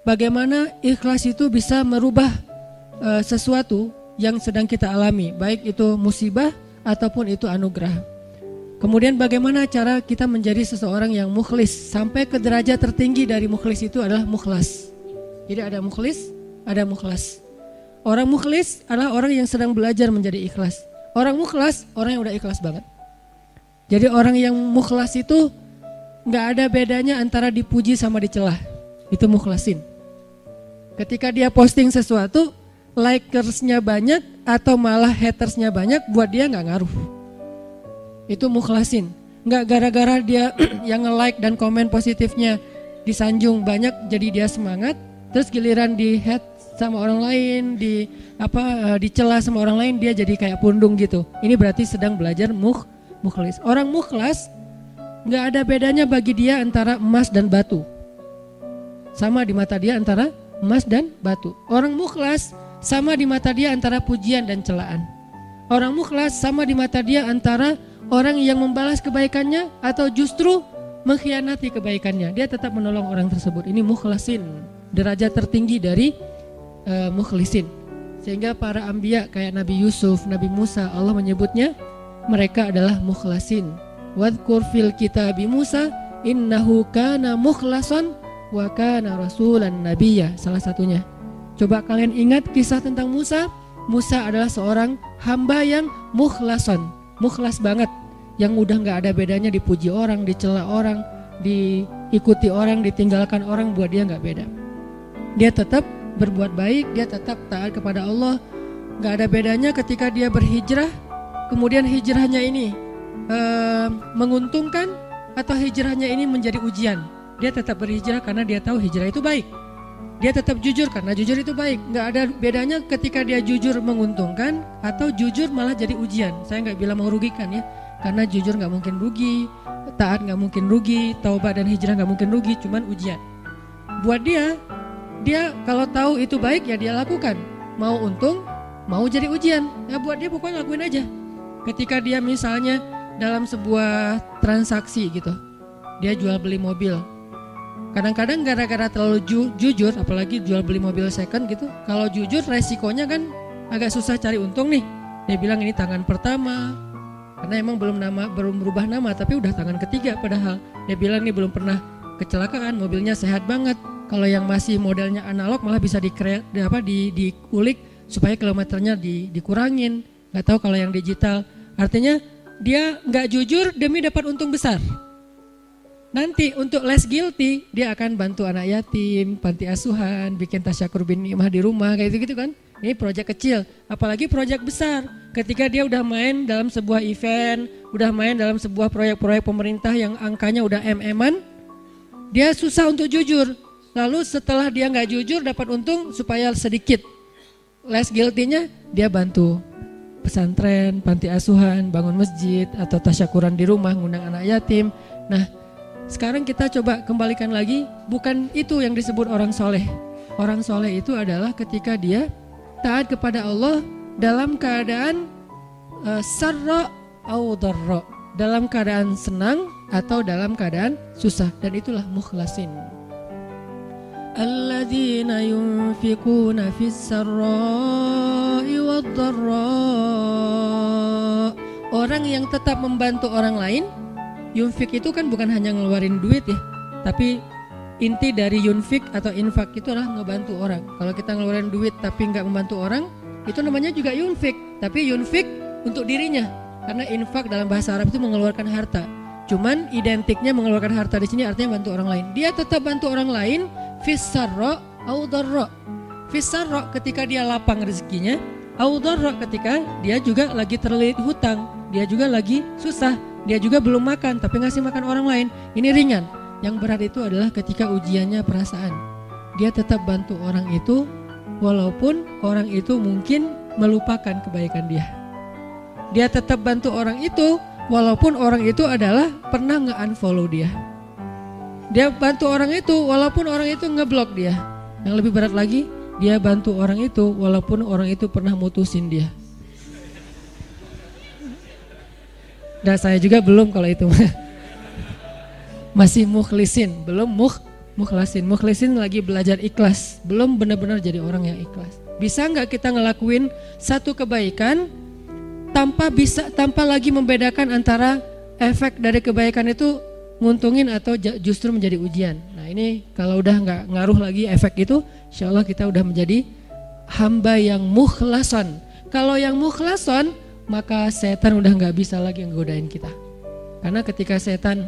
bagaimana ikhlas itu bisa merubah sesuatu yang sedang kita alami, baik itu musibah ataupun itu anugerah. Kemudian bagaimana cara kita menjadi seseorang yang mukhlis, sampai ke derajat tertinggi dari mukhlis itu adalah mukhlas. Jadi ada mukhlis, ada mukhlas. Orang mukhlis adalah orang yang sedang belajar menjadi ikhlas. Orang mukhlas, orang yang udah ikhlas banget. Jadi orang yang mukhlas itu gak ada bedanya antara dipuji sama dicela. Itu mukhlasin. Ketika dia posting sesuatu, likersnya banyak atau malah hatersnya banyak, buat dia gak ngaruh. Itu mukhlasin. Gak gara-gara dia yang nge-like dan komen positifnya disanjung banyak jadi dia semangat, terus giliran di hate sama orang lain, dicela sama orang lain, dia jadi kayak pundung gitu. Ini berarti sedang belajar mukhlis. Orang mukhlas nggak ada bedanya bagi dia antara emas dan batu. Sama di mata dia antara emas dan batu. Orang mukhlas sama di mata dia antara pujian dan celaan. Orang mukhlas sama di mata dia antara orang yang membalas kebaikannya atau justru mengkhianati kebaikannya. Dia tetap menolong orang tersebut. Ini mukhlasin, derajat tertinggi dari mukhlisin. Sehingga para anbiya kayak Nabi Yusuf, Nabi Musa, Allah menyebutnya mereka adalah mukhlasin. Wadhkur fil kitabi Musa innahu kana mukhlasan wa kana rasulan nabiyya. Salah satunya. Coba kalian ingat kisah tentang Musa. Musa adalah seorang hamba yang mukhlason, mukhlas banget, yang udah gak ada bedanya dipuji orang, dicela orang, diikuti orang, ditinggalkan orang, buat dia gak beda. Dia tetap berbuat baik, dia tetap taat kepada Allah. Gak ada bedanya ketika dia berhijrah, kemudian hijrahnya ini menguntungkan atau hijrahnya ini menjadi ujian. Dia tetap berhijrah karena dia tahu hijrah itu baik. Dia tetap jujur karena jujur itu baik. Gak ada bedanya ketika dia jujur menguntungkan atau jujur malah jadi ujian. Saya gak bilang merugikan ya, karena jujur gak mungkin rugi, taat gak mungkin rugi, taubat dan hijrah gak mungkin rugi, cuman ujian. Buat dia kalau tahu itu baik ya dia lakukan. Mau untung, mau jadi ujian, ya buat dia pokoknya lakuin aja. Ketika dia misalnya dalam sebuah transaksi gitu, dia jual beli mobil. Kadang-kadang gara-gara terlalu jujur, apalagi jual beli mobil second gitu, kalau jujur resikonya kan agak susah cari untung nih. Dia bilang ini tangan pertama, karena emang belum berubah nama, tapi udah tangan ketiga padahal. Dia bilang ini belum pernah kecelakaan, mobilnya sehat banget. Kalau yang masih modelnya analog malah bisa diulik supaya kilometernya dikurangin. Gak tahu kalau yang digital. Artinya dia gak jujur demi dapat untung besar. Nanti untuk less guilty dia akan bantu anak yatim, panti asuhan, bikin tasyakur bin ni'mah di rumah kayak gitu kan. Ini proyek kecil, apalagi proyek besar. Ketika dia udah main dalam sebuah event, udah main dalam sebuah proyek-proyek pemerintah yang angkanya udah MM-an, dia susah untuk jujur. Lalu setelah dia gak jujur dapat untung supaya sedikit less guilty-nya, dia bantu pesantren, panti asuhan, bangun masjid atau tasyakuran di rumah, ngundang anak yatim. Nah, sekarang kita coba kembalikan lagi, bukan itu yang disebut orang soleh. Orang soleh itu adalah ketika dia taat kepada Allah dalam keadaan sarra au dharra, dalam keadaan senang atau dalam keadaan susah, dan itulah mukhlasin. Alladzina yunfikuna fis sarra'i wad dharra. Orang yang tetap membantu orang lain. Yunfik itu kan bukan hanya ngeluarin duit ya, tapi inti dari yunfik atau infak itu adalah ngebantu orang. Kalau kita ngeluarin duit tapi nggak membantu orang, itu namanya juga yunfik. Tapi yunfik untuk dirinya, karena infak dalam bahasa Arab itu mengeluarkan harta. Cuman identiknya mengeluarkan harta di sini artinya bantu orang lain. Dia tetap bantu orang lain fis sarra au dharra. Fis sarra ketika dia lapang rezekinya, au dharra ketika dia juga lagi terlilit hutang, dia juga lagi susah. Dia juga belum makan tapi ngasih makan orang lain. Ini ringan. Yang berat itu adalah ketika ujiannya perasaan. Dia tetap bantu orang itu walaupun orang itu mungkin melupakan kebaikan dia. Dia tetap bantu orang itu walaupun orang itu adalah pernah nge-unfollow dia. Dia bantu orang itu walaupun orang itu ngeblok dia. Yang lebih berat lagi, dia bantu orang itu walaupun orang itu pernah mutusin dia. Dan saya juga belum kalau itu masih mukhlisin, belum Mukhlisin lagi belajar ikhlas, belum benar-benar jadi orang yang ikhlas. Bisa nggak kita ngelakuin satu kebaikan tanpa lagi membedakan antara efek dari kebaikan itu nguntungin atau justru menjadi ujian. Nah ini kalau udah nggak ngaruh lagi efek itu, insya Allah kita udah menjadi hamba yang mukhlason. Kalau yang mukhlason, maka setan udah nggak bisa lagi nggodain kita. Karena ketika setan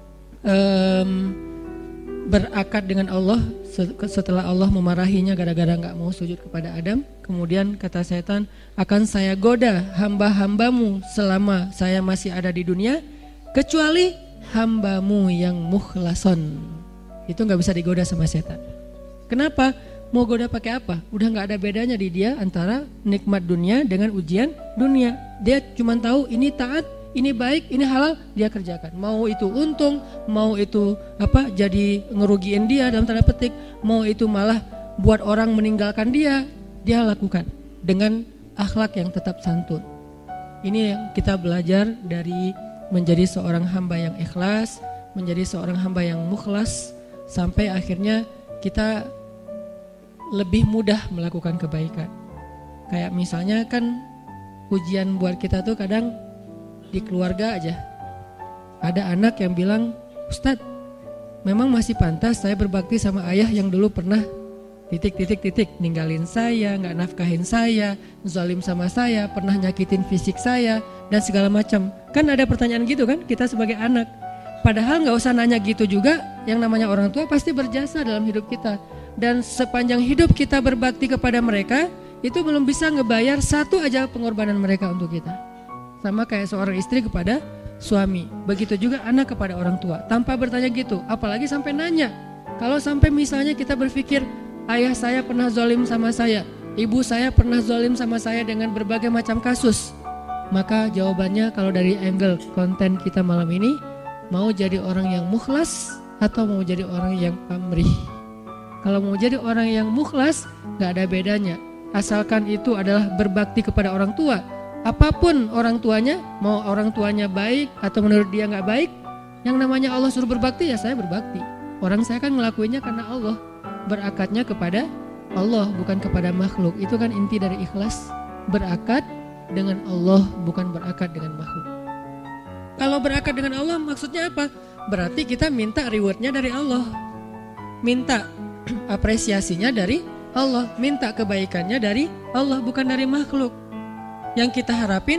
berakad dengan Allah setelah Allah memarahinya gara-gara gak mau sujud kepada Adam, kemudian kata setan, akan saya goda hamba-hambamu selama saya masih ada di dunia, kecuali hambamu yang mukhlason. Itu gak bisa digoda sama setan. Kenapa? Mau goda pakai apa? Udah gak ada bedanya di dia antara nikmat dunia dengan ujian dunia. Dia cuma tahu ini taat, ini baik, ini halal, dia kerjakan. Mau itu untung, mau itu jadi ngerugiin dia dalam tanda petik, mau itu malah buat orang meninggalkan dia lakukan dengan akhlak yang tetap santun. Ini yang kita belajar dari menjadi seorang hamba yang ikhlas, menjadi seorang hamba yang mukhlas, sampai akhirnya kita lebih mudah melakukan kebaikan. Kayak misalnya kan ujian buat kita tuh kadang di keluarga aja. Ada anak yang bilang, Ustadz, memang masih pantas saya berbakti sama ayah yang dulu pernah ninggalin saya, gak nafkahin saya, zalim sama saya, pernah nyakitin fisik saya, dan segala macam. Kan ada pertanyaan gitu kan, kita sebagai anak. Padahal gak usah nanya gitu juga, yang namanya orang tua pasti berjasa dalam hidup kita. Dan sepanjang hidup kita berbakti kepada mereka, itu belum bisa ngebayar satu aja pengorbanan mereka untuk kita. Sama kayak seorang istri kepada suami, begitu juga anak kepada orang tua, tanpa bertanya gitu, apalagi sampai nanya. Kalau sampai misalnya kita berpikir, ayah saya pernah zalim sama saya, ibu saya pernah zalim sama saya dengan berbagai macam kasus, maka jawabannya kalau dari angle konten kita malam ini, mau jadi orang yang mukhlas atau mau jadi orang yang pamrih. Kalau mau jadi orang yang mukhlas, gak ada bedanya, asalkan itu adalah berbakti kepada orang tua. Apapun orang tuanya, mau orang tuanya baik atau menurut dia gak baik, yang namanya Allah suruh berbakti, ya saya berbakti. Orang saya kan ngelakuinnya karena Allah, berakadnya kepada Allah, bukan kepada makhluk. Itu kan inti dari ikhlas, berakad dengan Allah, bukan berakad dengan makhluk. Kalau berakad dengan Allah maksudnya apa? Berarti kita minta rewardnya dari Allah, minta apresiasinya dari Allah, minta kebaikannya dari Allah, bukan dari makhluk. Yang kita harapin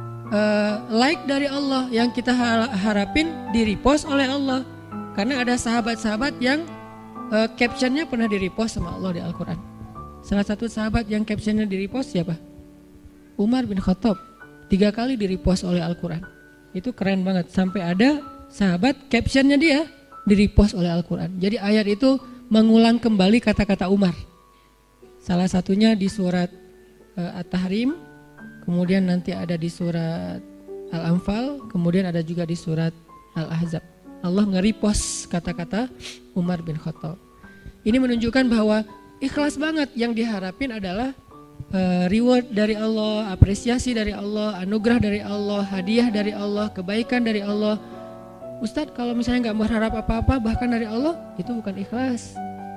like dari Allah, yang kita harapin di-repost oleh Allah. Karena ada sahabat-sahabat yang captionnya pernah di-repost sama Allah di Al-Quran. Salah satu sahabat yang captionnya di-repost siapa? Umar bin Khattab, 3 kali di-repost oleh Al-Quran. Itu keren banget, sampai ada sahabat captionnya dia di-repost oleh Al-Quran. Jadi ayat itu mengulang kembali kata-kata Umar. Salah satunya di surat At-Tahrim, kemudian nanti ada di surat Al-Anfal, kemudian ada juga di surat Al-Ahzab. Allah nge-repost kata-kata Umar bin Khattab. Ini menunjukkan bahwa ikhlas banget, yang diharapin adalah reward dari Allah, apresiasi dari Allah, anugerah dari Allah, hadiah dari Allah, kebaikan dari Allah. Ustadz, kalau misalnya gak berharap apa-apa bahkan dari Allah, itu bukan ikhlas.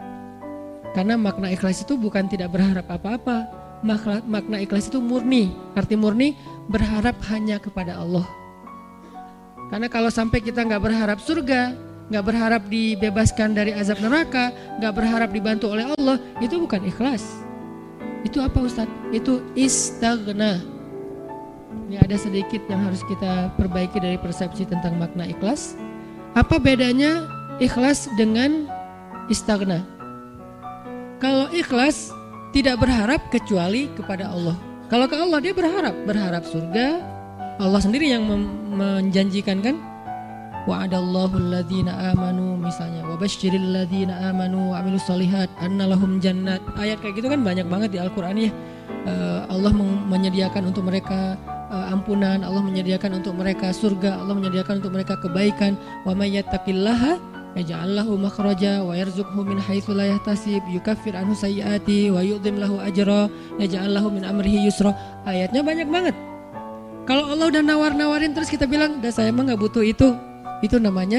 Karena makna ikhlas itu bukan tidak berharap apa-apa. Makna ikhlas itu murni. Arti murni berharap hanya kepada Allah. Karena kalau sampai kita gak berharap surga, gak berharap dibebaskan dari azab neraka, gak berharap dibantu oleh Allah, itu bukan ikhlas. Itu apa Ustadz? Itu istaghna. Ini ada sedikit yang harus kita perbaiki dari persepsi tentang makna ikhlas. Apa bedanya ikhlas dengan istaghna? Kalau ikhlas tidak berharap kecuali kepada Allah. Kalau ke Allah dia berharap surga. Allah sendiri yang menjanjikan kan? Wa'adallahu alladhina amanu, misalnya wabasyiril ladzina amanu wa amilus solihat anna lahum jannat. Ayat kayak gitu kan banyak banget di Al-Qur'an ya. Allah menyediakan untuk mereka ampunan, Allah menyediakan untuk mereka surga, Allah menyediakan untuk mereka kebaikan. Wa may yattaqillaha yaj'al lahu makhraja wa yarzuqhu min haitsu la yahtasib, yukaffir anhu sayyiati wa yu'dhim lahu ajra, yaj'al lahu min amrihi yusra. Ayatnya banyak banget. Kalau Allah udah nawar-nawarin terus kita bilang, "Dah saya mah enggak butuh itu." Itu namanya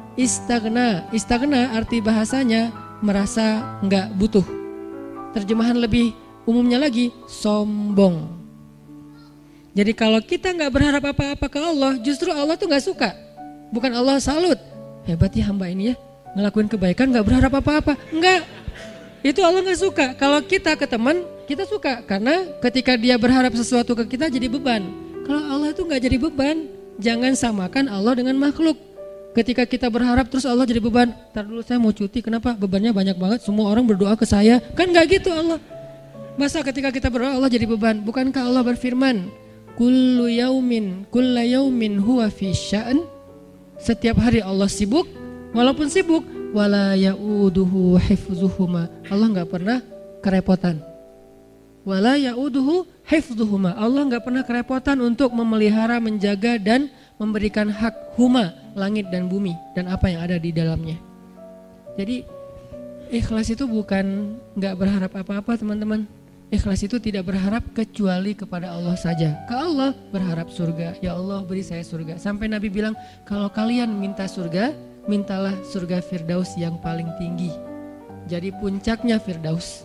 istagna. Istagna arti bahasanya merasa nggak butuh. Terjemahan lebih umumnya lagi, sombong. Jadi kalau kita nggak berharap apa-apa ke Allah, justru Allah tuh nggak suka. Bukan Allah salut, hebat ya hamba ini ya, ngelakuin kebaikan nggak berharap apa-apa. Enggak, itu Allah nggak suka. Kalau kita ke teman, kita suka. Karena ketika dia berharap sesuatu ke kita jadi beban. Kalau Allah itu nggak jadi beban. Jangan samakan Allah dengan makhluk. Ketika kita berharap terus Allah jadi beban. Ntar dulu saya mau cuti, kenapa? Bebannya banyak banget, semua orang berdoa ke saya. Kan nggak gitu Allah. Masa ketika kita berdoa Allah jadi beban? Bukankah Allah berfirman, kullu yaumin huwa fi sya'an. Setiap hari Allah sibuk, walaupun sibuk, wala ya'uduhu hifzuhuma. Allah nggak pernah kerepotan. Wala ya'uduhu hifzuhuma. Allah nggak pernah kerepotan untuk memelihara, menjaga dan memberikan hak huma, langit dan bumi dan apa yang ada di dalamnya. Jadi ikhlas itu bukan nggak berharap apa-apa teman-teman. Ikhlas itu tidak berharap kecuali kepada Allah saja. Ke Allah berharap surga. Ya Allah beri saya surga. Sampai Nabi bilang kalau kalian minta surga, mintalah surga Firdaus yang paling tinggi. Jadi puncaknya Firdaus.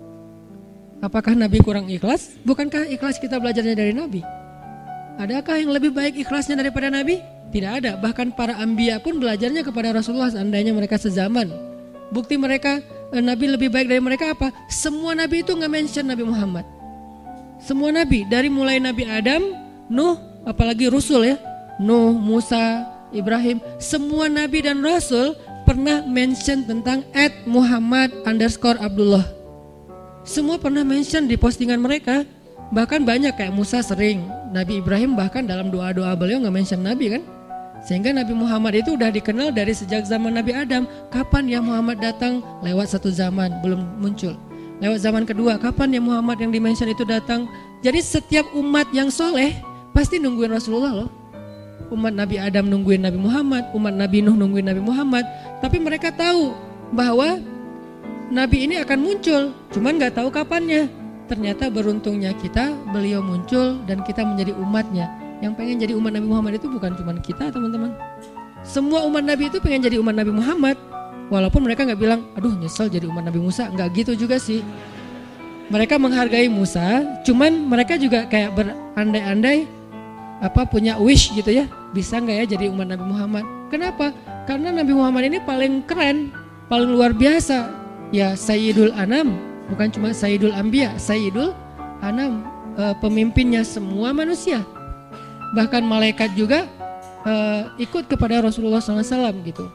Apakah Nabi kurang ikhlas? Bukankah ikhlas kita belajarnya dari Nabi? Adakah yang lebih baik ikhlasnya daripada Nabi? Tidak ada. Bahkan para anbiya pun belajarnya kepada Rasulullah seandainya mereka sezaman. Bukti mereka Nabi lebih baik dari mereka apa? Semua Nabi itu nggak mention Nabi Muhammad. Semua Nabi dari mulai Nabi Adam, Nuh, apalagi Rasul ya, Nuh, Musa, Ibrahim, semua Nabi dan Rasul pernah mention tentang @Muhammad_Abdullah. Semua pernah mention di postingan mereka. Bahkan banyak kayak Musa sering, Nabi Ibrahim bahkan dalam doa-doa beliau nggak mention Nabi kan. Sehingga Nabi Muhammad itu udah dikenal dari sejak zaman Nabi Adam. Kapan ya Muhammad datang? Lewat satu zaman, belum muncul. Lewat zaman kedua, kapan ya Muhammad yang dimention itu datang? Jadi setiap umat yang soleh pasti nungguin Rasulullah loh. Umat Nabi Adam nungguin Nabi Muhammad, umat Nabi Nuh nungguin Nabi Muhammad. Tapi mereka tahu bahwa Nabi ini akan muncul, cuman gak tahu kapannya. Ternyata beruntungnya kita, beliau muncul dan kita menjadi umatnya. Yang pengen jadi umat Nabi Muhammad itu bukan cuma kita teman-teman. Semua umat Nabi itu pengen jadi umat Nabi Muhammad. Walaupun mereka gak bilang, aduh nyesel jadi umat Nabi Musa. Gak gitu juga sih. Mereka menghargai Musa, cuman mereka juga kayak berandai-andai punya wish gitu ya. Bisa gak ya jadi umat Nabi Muhammad. Kenapa? Karena Nabi Muhammad ini paling keren, paling luar biasa. Ya Sayyidul Anam, bukan cuma Sayyidul Anbiya, Sayyidul Anam, pemimpinnya semua manusia. Bahkan malaikat juga ikut kepada Rasulullah SAW gitu.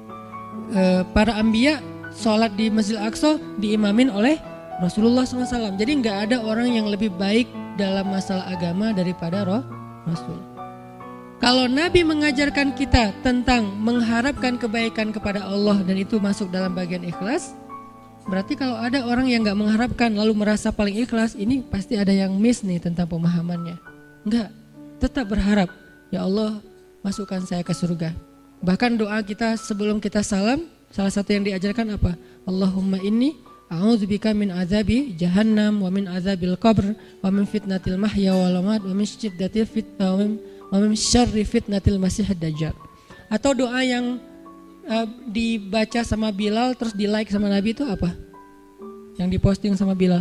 Para anbiya sholat di Masjid Al-Aqsa diimamin oleh Rasulullah SAW. Jadi nggak ada orang yang lebih baik dalam masalah agama daripada Rasul. Kalau Nabi mengajarkan kita tentang mengharapkan kebaikan kepada Allah dan itu masuk dalam bagian ikhlas, berarti kalau ada orang yang nggak mengharapkan lalu merasa paling ikhlas, ini pasti ada yang miss nih tentang pemahamannya. Enggak. Tetap berharap, ya Allah masukkan saya ke surga. Bahkan doa kita sebelum kita salam, salah satu yang diajarkan apa? Allahumma inni a'udzubika min azabi jahannam wa min azabil qabr wa min fitnatil mahya wal mamat wa min syiddatil fitnah wa min syarri fitnatil masiihid dajjal. Atau doa yang dibaca sama Bilal terus di like sama Nabi itu apa? Yang diposting sama Bilal.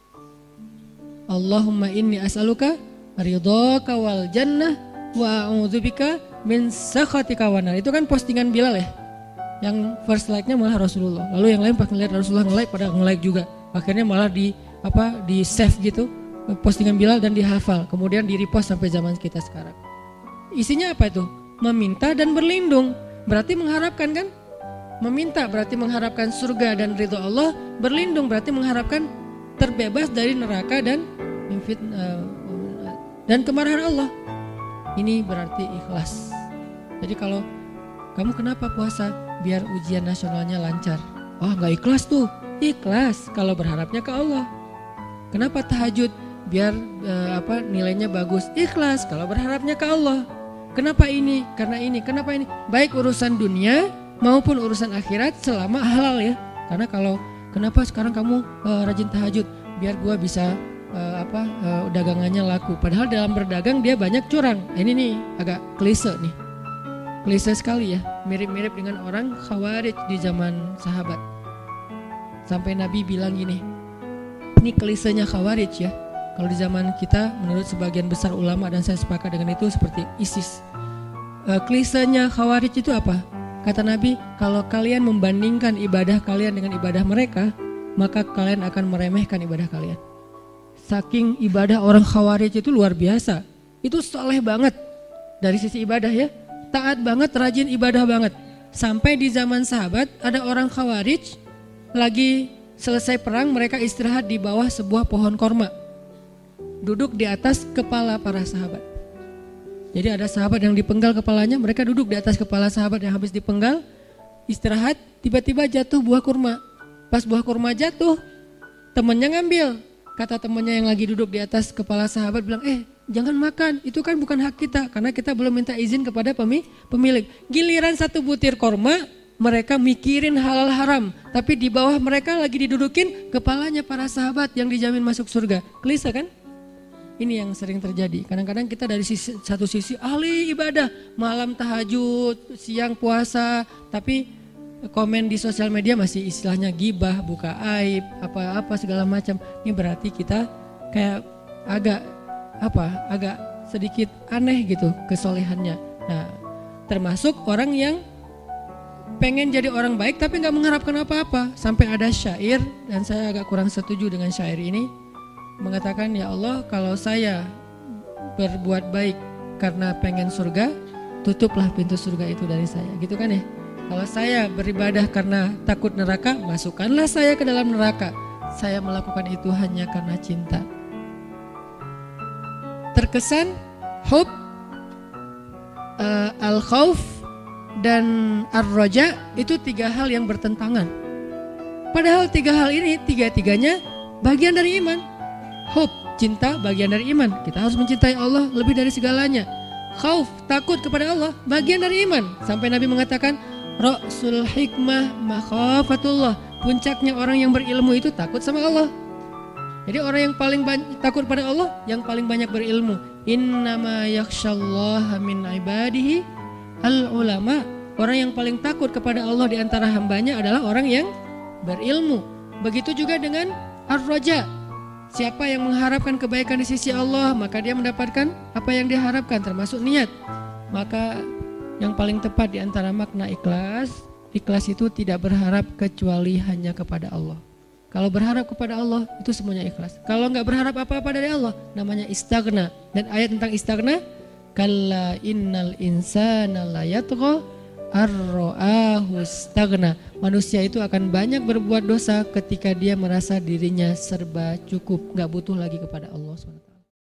Allahumma inni as'aluka ridhaka wal jannah wa a'udzubika min sakhatika wan nar. Itu kan postingan Bilal ya. Yang first like-nya malah Rasulullah. Lalu yang lain pas ngeliat Rasulullah nge-like pada nge-like juga. Akhirnya malah di save gitu postingan Bilal dan dihafal. Kemudian di repost sampai zaman kita sekarang. Isinya apa itu? Meminta dan berlindung. Berarti mengharapkan kan? Meminta berarti mengharapkan surga dan ridho Allah. Berlindung berarti mengharapkan terbebas dari neraka dan kemarahan Allah. Ini berarti ikhlas. Jadi kalau kamu kenapa puasa? Biar ujian nasionalnya lancar. Oh gak ikhlas tuh. Ikhlas kalau berharapnya ke Allah. Kenapa tahajud? Biar nilainya bagus. Ikhlas kalau berharapnya ke Allah. Kenapa ini? Karena ini. Kenapa ini? Baik urusan dunia maupun urusan akhirat selama halal ya. Karena kalau kenapa sekarang kamu rajin tahajud? Biar gua bisa dagangannya laku. Padahal dalam berdagang dia banyak curang. Ini nih agak klise nih. klise sekali ya, mirip-mirip dengan orang Khawarij di zaman sahabat. Sampai Nabi bilang gini, ini klisenya Khawarij ya. Kalau di zaman kita menurut sebagian besar ulama dan saya sepakat dengan itu seperti ISIS. Klisenya Khawarij itu apa? Kata Nabi, kalau kalian membandingkan ibadah kalian dengan ibadah mereka, maka kalian akan meremehkan ibadah kalian. Saking ibadah orang Khawarij itu luar biasa. Itu soleh banget dari sisi ibadah ya. Taat banget, rajin ibadah banget. Sampai di zaman sahabat ada orang Khawarij lagi selesai perang, mereka istirahat di bawah sebuah pohon korma. Duduk di atas kepala para sahabat. Jadi ada sahabat yang dipenggal kepalanya, mereka duduk di atas kepala sahabat yang habis dipenggal, istirahat, tiba-tiba jatuh buah kurma. Pas buah kurma jatuh, temannya ngambil. Kata temannya yang lagi duduk di atas kepala sahabat bilang, jangan makan, itu kan bukan hak kita, karena kita belum minta izin kepada pemilik. Giliran satu butir kurma, mereka mikirin halal haram, tapi di bawah mereka lagi didudukin kepalanya para sahabat yang dijamin masuk surga. Klise kan? Ini yang sering terjadi. Kadang-kadang kita dari satu sisi ahli ibadah, malam tahajud, siang puasa, tapi komen di sosial media masih istilahnya gibah, buka aib, apa-apa segala macam. Ini berarti kita kayak agak sedikit aneh gitu kesolehannya. Nah, termasuk orang yang pengen jadi orang baik tapi nggak mengharapkan apa-apa. Sampai ada syair, dan saya agak kurang setuju dengan syair ini, mengatakan, ya Allah, kalau saya berbuat baik karena pengen surga, tutuplah pintu surga itu dari saya, gitu kan ya. Kalau saya beribadah karena takut neraka, masukkanlah saya ke dalam neraka. Saya melakukan itu hanya karena cinta. Terkesan hub, al-khauf dan ar-roja itu tiga hal yang bertentangan. Padahal tiga hal ini tiga-tiganya bagian dari iman. Hub, cinta, bagian dari iman. Kita harus mencintai Allah lebih dari segalanya. Khauf, takut kepada Allah, bagian dari iman. Sampai Nabi mengatakan, Ra'sul hikmah makhafatullah. Puncaknya orang yang berilmu itu takut sama Allah. Jadi orang yang paling takut pada Allah, yang paling banyak berilmu. Innama yakhsyallaha min ibadihi al-ulama. Orang yang paling takut kepada Allah di antara hambanya adalah orang yang berilmu. Begitu juga dengan ar-raja. Siapa yang mengharapkan kebaikan di sisi Allah, maka dia mendapatkan apa yang diharapkan, termasuk niat. Maka yang paling tepat di antara makna ikhlas, ikhlas itu tidak berharap kecuali hanya kepada Allah. Kalau berharap kepada Allah, itu semuanya ikhlas. Kalau nggak berharap apa-apa dari Allah, namanya istaghna. Dan ayat tentang istaghna, kalla innal insana la yatgha ar-ra'ahu istaghna. Manusia itu akan banyak berbuat dosa ketika dia merasa dirinya serba cukup, nggak butuh lagi kepada Allah SWT.